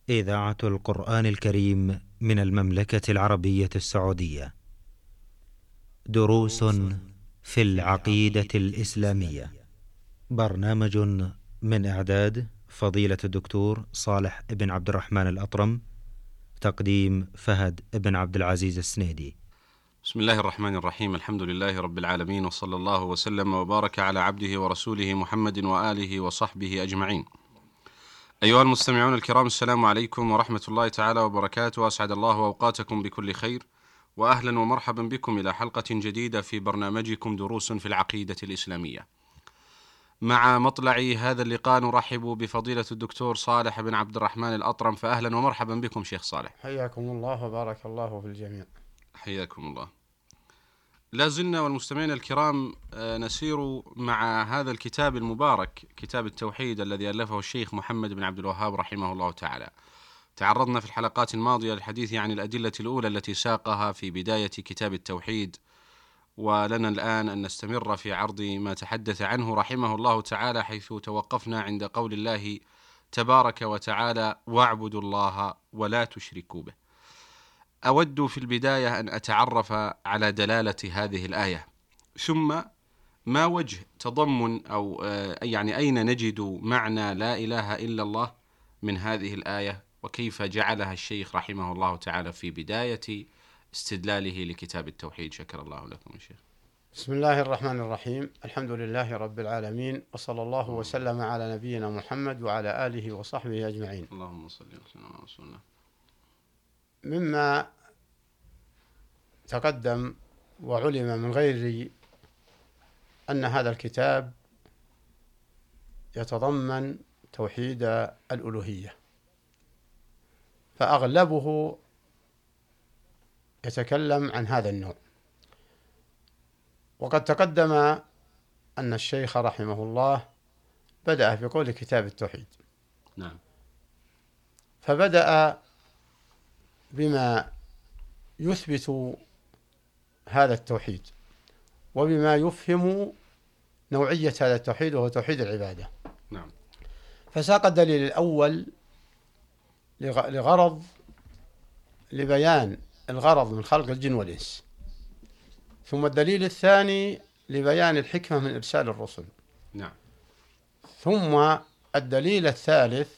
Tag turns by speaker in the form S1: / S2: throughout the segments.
S1: إذاعة القرآن الكريم من المملكة العربية السعودية. دروس في العقيدة الإسلامية. برنامج من إعداد فضيلة الدكتور صالح بن عبد الرحمن الأطرم. تقديم فهد بن عبد العزيز السنيدي.
S2: بسم الله الرحمن الرحيم. الحمد لله رب العالمين، وصلى الله وسلم وبارك على عبده ورسوله محمد وآله وصحبه أجمعين. أيها المستمعون الكرام، السلام عليكم ورحمة الله تعالى وبركاته. أسعد الله أوقاتكم بكل خير، وأهلا ومرحبا بكم إلى حلقة جديدة في برنامجكم دروس في العقيدة الإسلامية. مع مطلع هذا اللقاء نرحب بفضيلة الدكتور صالح بن عبد الرحمن الأطرم، فأهلا ومرحبا بكم شيخ صالح.
S3: حياكم الله وبارك الله في الجميع.
S2: حياكم الله. لا زلنا والمستمعين الكرام نسير مع هذا الكتاب المبارك، كتاب التوحيد الذي ألفه الشيخ محمد بن عبد الوهاب رحمه الله تعالى. تعرضنا في الحلقات الماضية للحديث عن الأدلة الأولى التي ساقها في بداية كتاب التوحيد، ولنا الآن أن نستمر في عرض ما تحدث عنه رحمه الله تعالى، حيث توقفنا عند قول الله تبارك وتعالى: واعبدوا الله ولا تشركوا به. أود في البداية أن أتعرف على دلالة هذه الآية، ثم ما وجه تضمن أو يعني أين نجد معنى لا إله إلا الله من هذه الآية، وكيف جعلها الشيخ رحمه الله تعالى في بداية استدلاله لكتاب التوحيد. شكر الله لكم يا شيخ.
S3: بسم الله الرحمن الرحيم. الحمد لله رب العالمين، وصلى الله وسلم على نبينا محمد وعلى آله وصحبه أجمعين.
S2: اللهم صل وسلم على رسول الله.
S3: مما تقدم وعلم من غير أن هذا الكتاب يتضمن توحيد الألوهية، فأغلبه يتكلم عن هذا النوع. وقد تقدم أن الشيخ رحمه الله بدأ في قول كتاب التوحيد.
S2: نعم.
S3: فبدأ بما يثبت هذا التوحيد، وبما يفهم نوعية هذا التوحيد، وهو توحيد العبادة.
S2: نعم.
S3: فساق الدليل الأول لبيان الغرض من خلق الجن والإنس، ثم الدليل الثاني لبيان الحكمة من إرسال الرسل.
S2: نعم.
S3: ثم الدليل الثالث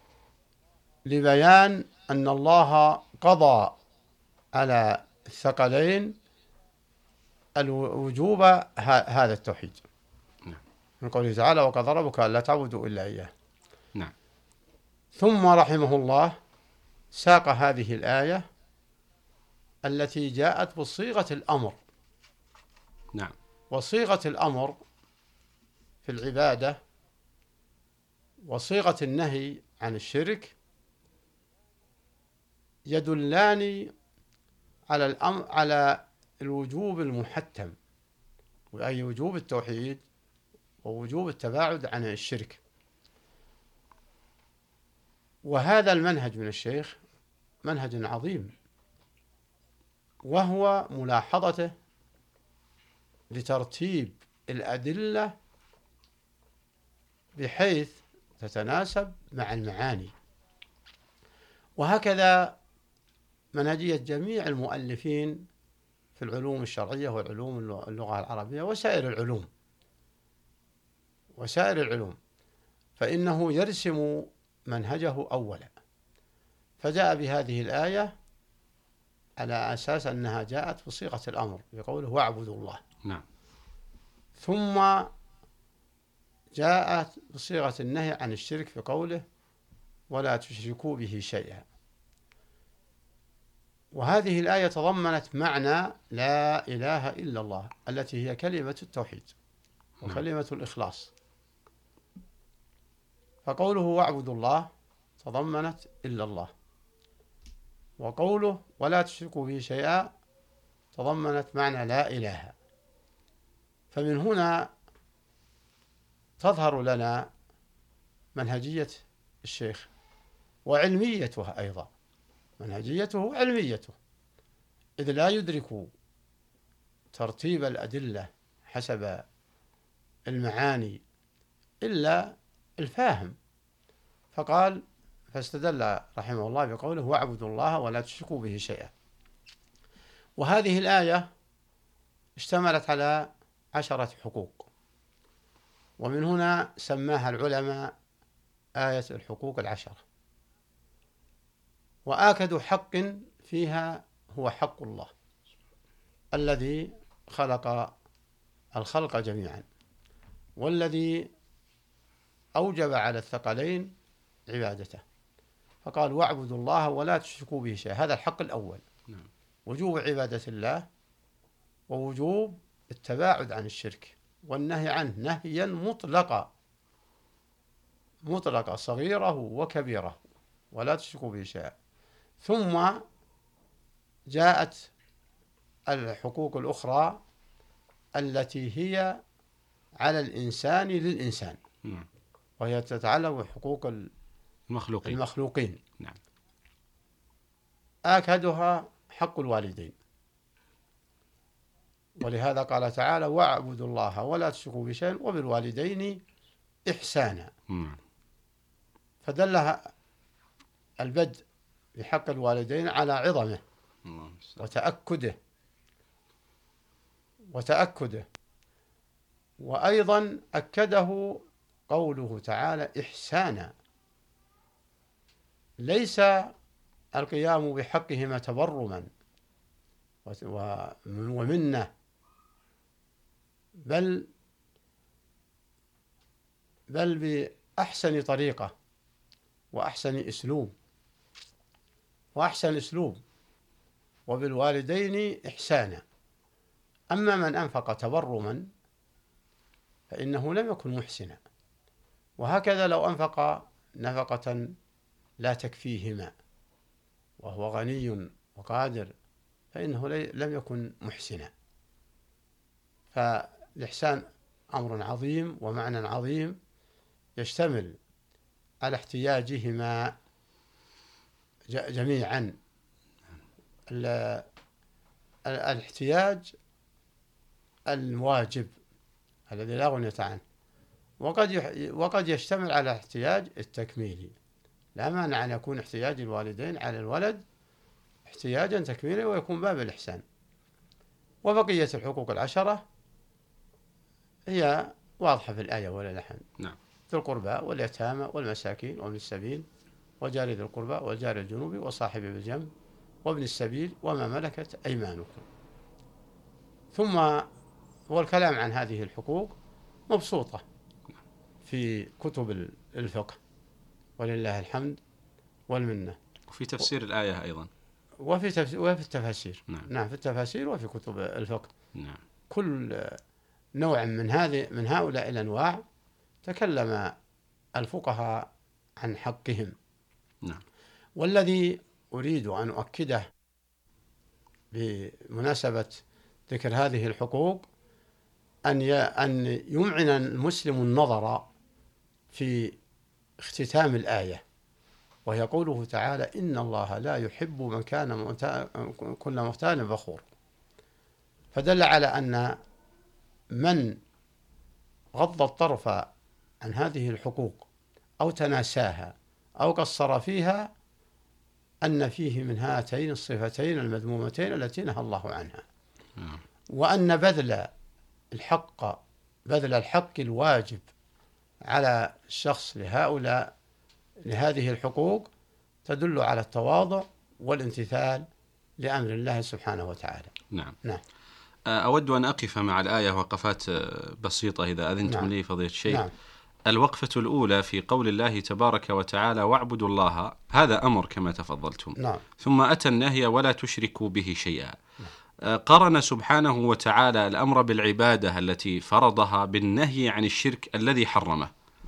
S3: لبيان أن الله قضى على الثقلين الوجوب هذا التوحيد.
S2: نعم.
S3: من قوله تعالى: وقضى ربك ألا تعبدوا إلا إياه.
S2: نعم.
S3: ثم رحمه الله ساق هذه الآية التي جاءت بصيغة الأمر.
S2: نعم.
S3: وصيغة الأمر في العبادة وصيغة النهي عن الشرك يدلان على الوجوب المحتم، أي وجوب التوحيد ووجوب التباعد عن الشرك. وهذا المنهج من الشيخ منهج عظيم، وهو ملاحظته لترتيب الأدلة بحيث تتناسب مع المعاني. وهكذا منهجية جميع المؤلفين في العلوم الشرعية وعلوم اللغة العربية وسائر العلوم، فإنه يرسم منهجه أولا، فجاء بهذه الآية على أساس أنها جاءت بصيغة الأمر بقوله واعبدوا الله.
S2: نعم.
S3: ثم جاءت بصيغة النهي عن الشرك في قوله ولا تشركوا به شيئا. وهذه الآية تضمنت معنى لا إله إلا الله، التي هي كلمة التوحيد وكلمة الإخلاص. فقوله واعبدوا الله تضمنت إلا الله، وقوله ولا تشركوا به شيئا تضمنت معنى لا إله. فمن هنا تظهر لنا منهجية الشيخ وعلميتها أيضا، منهجيته وعلميته، إذ لا يدرك ترتيب الأدلة حسب المعاني إلا الفاهم. فقال فاستدل رحمه الله بقوله واعبدوا الله ولا تشركوا به شيئا. وهذه الآية اشتملت على 10 حقوق، ومن هنا سماها العلماء آية الحقوق 10. وآكد حق فيها هو حق الله الذي خلق الخلق جميعا، والذي أوجب على الثقلين عبادته، فقال واعبدوا الله ولا تشركوا به شيئا. هذا الحق الأول، وجوب عبادة الله، ووجوب التباعد عن الشرك، والنهي عنه نهيا مطلقا صغيره وكبيره، ولا تشركوا به شيئا. ثم جاءت الحقوق الأخرى التي هي على الإنسان للإنسان، وهي تتعلق بحقوق المخلوقين.
S2: نعم.
S3: آكدها حق الوالدين، ولهذا قال تعالى واعبدوا الله ولا تشركوا بشيء وبالوالدين إحسانا. فدلها البدء بحق الوالدين على عظمه وتأكده، وأيضا أكده قوله تعالى إحسانا، ليس القيام بحقهما تبرما ومنة، بل بأحسن طريقة وأحسن أسلوب، وبالوالدين إحسانا. أما من أنفق تبرما فإنه لم يكن محسنا، وهكذا لو أنفق نفقة لا تكفيهما وهو غني وقادر فإنه لم يكن محسنا. فالإحسان أمر عظيم ومعنى عظيم يشتمل على احتياجهما جميعا. الاحتياج الواجب الذي لا غنية عنه، وقد يشتمل على الاحتياج التكميلي. لا مانع أن يكون احتياج الوالدين على الولد احتياجا تكميلي ويكون باب الإحسان. وبقية الحقوق 10 هي واضحة في الآية ولله الحمد.
S2: نعم.
S3: ذو القربى واليتامى والمساكين وابن السبيل وجار ذي القربى والجار الجنوب وصاحب بالجنب وابن السبيل وما ملكت أيمانكم. ثم هو الكلام عن هذه الحقوق مبسوطة في كتب الفقه ولله الحمد والمنة،
S2: وفي تفسير الآية أيضا،
S3: وفي التفاسير. نعم، في التفاسير وفي كتب الفقه.
S2: نعم.
S3: كل نوع من هؤلاء الأنواع تكلم الفقهاء عن حقهم.
S2: نعم.
S3: والذي أريد أن أؤكده بمناسبة ذكر هذه الحقوق أن يمعن المسلم النظر في اختتام الآية، وهي قوله تعالى إن الله لا يحب من كان كل مختال فخور. فدل على أن من غض الطرف عن هذه الحقوق أو تناساها أو قصر فيها أن فيه من هاتين الصفتين المذمومتين التي نهى الله عنها، وأن بذل الحق الواجب على الشخص لهذه الحقوق تدل على التواضع والامتثال لأمر الله سبحانه وتعالى.
S2: نعم.
S3: نعم.
S2: أود أن أقف مع الآية وقفات بسيطة إذا أذنتم.
S3: نعم.
S2: لي فضيلة الشيخ.
S3: نعم.
S2: الوقفة الأولى في قول الله تبارك وتعالى واعبدوا الله، هذا أمر كما تفضلتم.
S3: نعم.
S2: ثم أتى النهي ولا تشركوا به شيئا. قرن سبحانه وتعالى الأمر بالعبادة التي فرضها بالنهي عن الشرك الذي حرمه،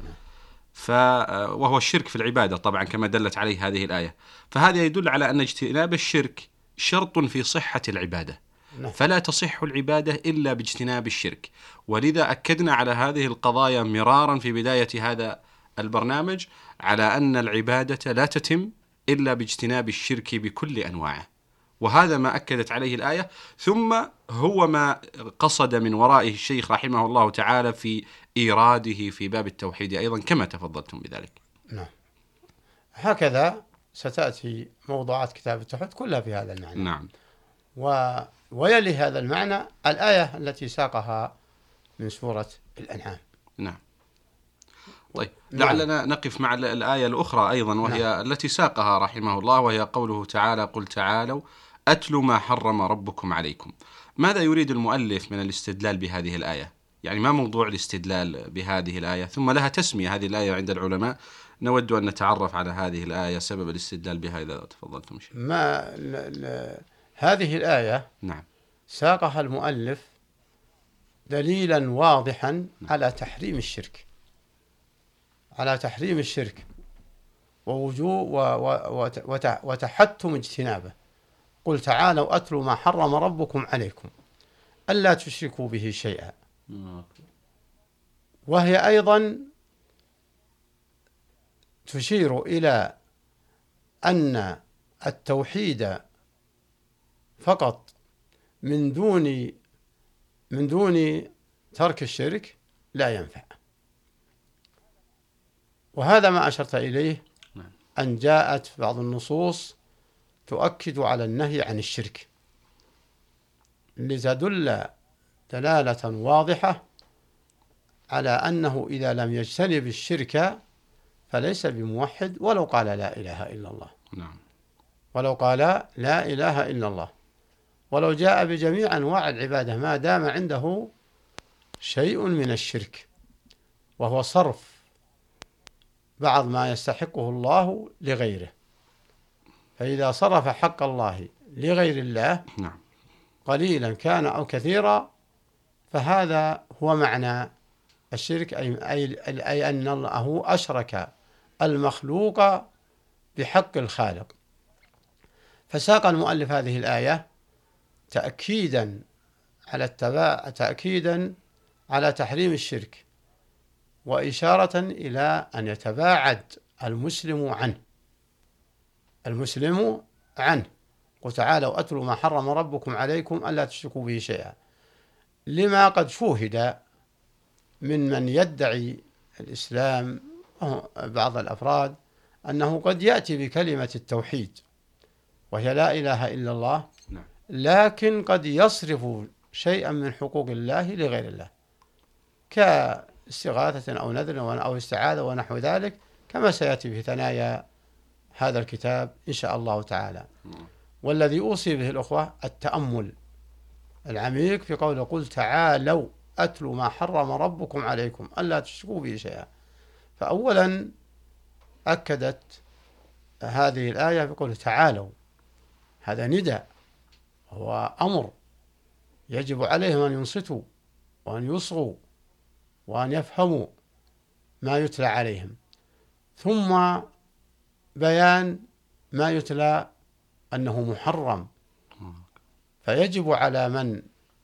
S2: وهو الشرك في العبادة طبعا كما دلت عليه هذه الآية. فهذا يدل على أن اجتناب الشرك شرط في صحة العبادة، فلا تصح العبادة إلا باجتناب الشرك. ولذا أكدنا على هذه القضايا مرارا في بداية هذا البرنامج على أن العبادة لا تتم إلا باجتناب الشرك بكل أنواعه، وهذا ما أكدت عليه الآية. ثم هو ما قصد من ورائه الشيخ رحمه الله تعالى في إيراده في باب التوحيد أيضا كما تفضلتم بذلك.
S3: نعم. هكذا ستأتي موضوعات كتاب التوحيد كلها في هذا المعنى.
S2: نعم.
S3: ويلي هذا المعنى الآية التي ساقها من سورة الأنعام.
S2: نعم. طيب، لعلنا نقف مع الآية الأخرى أيضا، وهي التي ساقها رحمه الله، وهي قوله تعالى: قل تعالوا أتل ما حرم ربكم عليكم. ماذا يريد المؤلف من الاستدلال بهذه الآية؟ يعني ما موضوع الاستدلال بهذه الآية؟ ثم لها تسمية هذه الآية عند العلماء، نود أن نتعرف على هذه الآية، سبب الاستدلال بها، إذا تفضلتم شيخ.
S3: هذه الآية
S2: نعم
S3: ساقها المؤلف دليلا واضحا على تحريم الشرك، على تحريم الشرك وتحتم اجتنابه. قل تعالوا أتلوا ما حرم ربكم عليكم ألا تشركوا به شيئا. وهي أيضا تشير إلى أن التوحيد فقط من دون ترك الشرك لا ينفع. وهذا ما أشرت إليه، أن جاءت بعض النصوص تؤكد على النهي عن الشرك لتدل دلالة واضحة على أنه إذا لم يجتنب الشرك فليس بموحد ولو قال لا إله إلا الله.
S2: نعم.
S3: ولو قال لا إله إلا الله، ولو جاء بجميع أنواع العبادة، ما دام عنده شيء من الشرك، وهو صرف بعض ما يستحقه الله لغيره. فإذا صرف حق الله لغير الله قليلا كان أو كثيرا، فهذا هو معنى الشرك، أي أن الله أشرك المخلوق بحق الخالق. فساق المؤلف هذه الآية تأكيدا على تحريم الشرك، وإشارة إلى أن يتباعد المسلم عنه. قل تعالوا أتلوا ما حرم ربكم عليكم ألا تشركوا به شيئا، لما قد شوهد من يدعي الإسلام بعض الأفراد أنه قد يأتي بكلمة التوحيد وهي لا إله إلا الله، لكن قد يصرف شيئا من حقوق الله لغير الله، كاستغاثة أو نذر أو استعاذة ونحو ذلك، كما سيأتي في ثنايا هذا الكتاب إن شاء الله تعالى. والذي أوصي به الأخوة التأمل العميق في قوله قل تعالوا أتلوا ما حرم ربكم عليكم ألا تشركوا به شيئا. فأولا أكدت هذه الآية بقوله تعالوا، هذا نداء، هو أمر يجب عليهم أن ينصتوا وأن يصغوا وأن يفهموا ما يتلى عليهم، ثم بيان ما يتلى أنه محرم. فيجب على من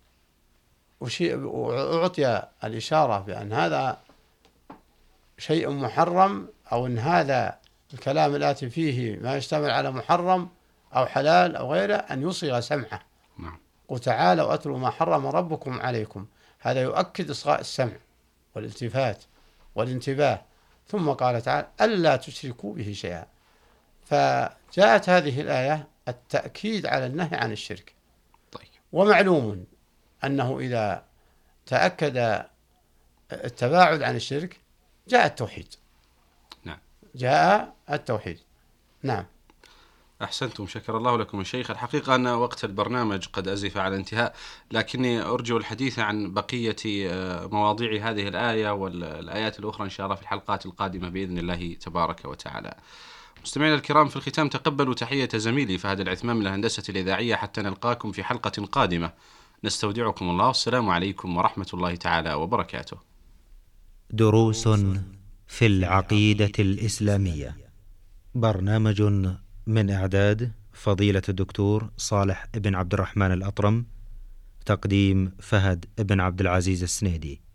S3: أعطي الإشارة بأن هذا شيء محرم، أو أن هذا الكلام الآتي فيه ما يشتمل على محرم أو حلال أو غيره، أن يصغي سمعه. قل تعالوا أتلوا ما حرم ربكم عليكم، هذا يؤكد إصغاء السمع والالتفات والانتباه. ثم قال تعالى ألا تشركوا به شيئا، فجاءت هذه الآية التأكيد على النهي عن الشرك. ومعلوم أنه إذا تأكد التباعد عن الشرك جاء التوحيد. جاء التوحيد. نعم.
S2: أحسنتم، شكر الله لكم يا شيخ. الحقيقة أن وقت البرنامج قد أزف على الانتهاء، لكني أرجو الحديث عن بقية مواضيع هذه الآية والآيات الأخرى إن شاء الله في الحلقات القادمة بإذن الله تبارك وتعالى. مستمعينا الكرام، في الختام تقبلوا تحية زميلي فهد العثمان من الهندسة الإذاعية، حتى نلقاكم في حلقة قادمة. نستودعكم الله، والسلام عليكم ورحمة الله تعالى وبركاته.
S1: دروس في العقيدة الإسلامية، برنامج من إعداد فضيلة الدكتور صالح بن عبد الرحمن الأطرم، تقديم فهد بن عبد العزيز السنيدي.